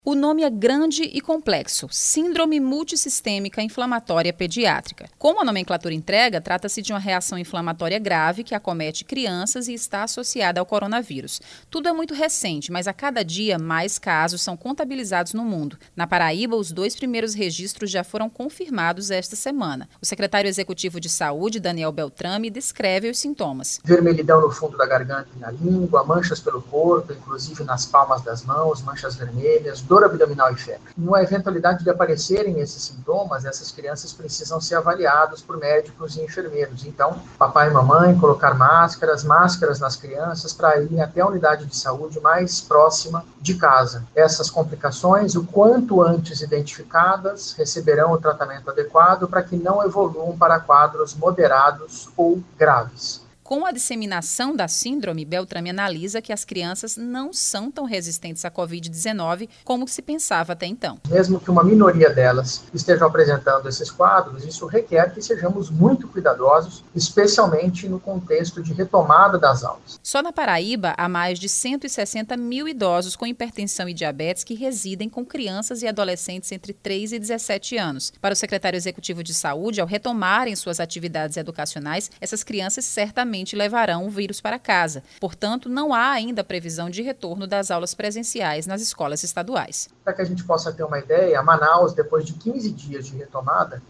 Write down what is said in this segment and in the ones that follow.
O nome é grande e complexo: Síndrome Multissistêmica Inflamatória Pediátrica. Como a nomenclatura entrega, trata-se de uma reação inflamatória grave que acomete crianças e está associada ao coronavírus. Tudo é muito recente, mas a cada dia mais casos são contabilizados no mundo. Na Paraíba, os 2 primeiros registros já foram confirmados esta semana. O secretário executivo de Saúde, Daniel Beltrame, descreve os sintomas. Vermelhidão no fundo da garganta e na língua, manchas pelo corpo, inclusive nas palmas das mãos, manchas vermelhas, dor abdominal e febre. Na eventualidade de aparecerem esses sintomas, essas crianças precisam ser avaliadas por médicos e enfermeiros. Então, papai e mamãe colocar máscaras nas crianças para irem até a unidade de saúde mais próxima de casa. Essas complicações, o quanto antes identificadas, receberão o tratamento adequado para que não evoluam para quadros moderados ou graves. Com a disseminação da síndrome, Beltrame analisa que as crianças não são tão resistentes à Covid-19 como se pensava até então. Mesmo que uma minoria delas estejam apresentando esses quadros, isso requer que sejamos muito cuidadosos, especialmente no contexto de retomada das aulas. Só na Paraíba, há mais de 160 mil idosos com hipertensão e diabetes que residem com crianças e adolescentes entre 3 e 17 anos. Para o secretário executivo de Saúde, ao retomarem suas atividades educacionais, essas crianças certamente levarão o vírus para casa. Portanto, não há ainda previsão de retorno das aulas presenciais nas escolas estaduais. Para que a gente possa ter uma ideia, Manaus, depois de 15 dias de retomada,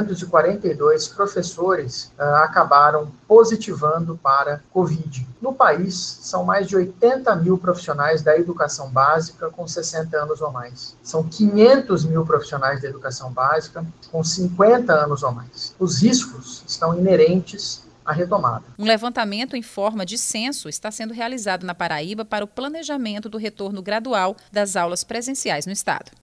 342 professores acabaram positivando para Covid. No país, são mais de 80 mil profissionais da educação básica com 60 anos ou mais. São 500 mil profissionais da educação básica com 50 anos ou mais. Os riscos estão inerentes a retomada. Um levantamento em forma de censo está sendo realizado na Paraíba para o planejamento do retorno gradual das aulas presenciais no estado.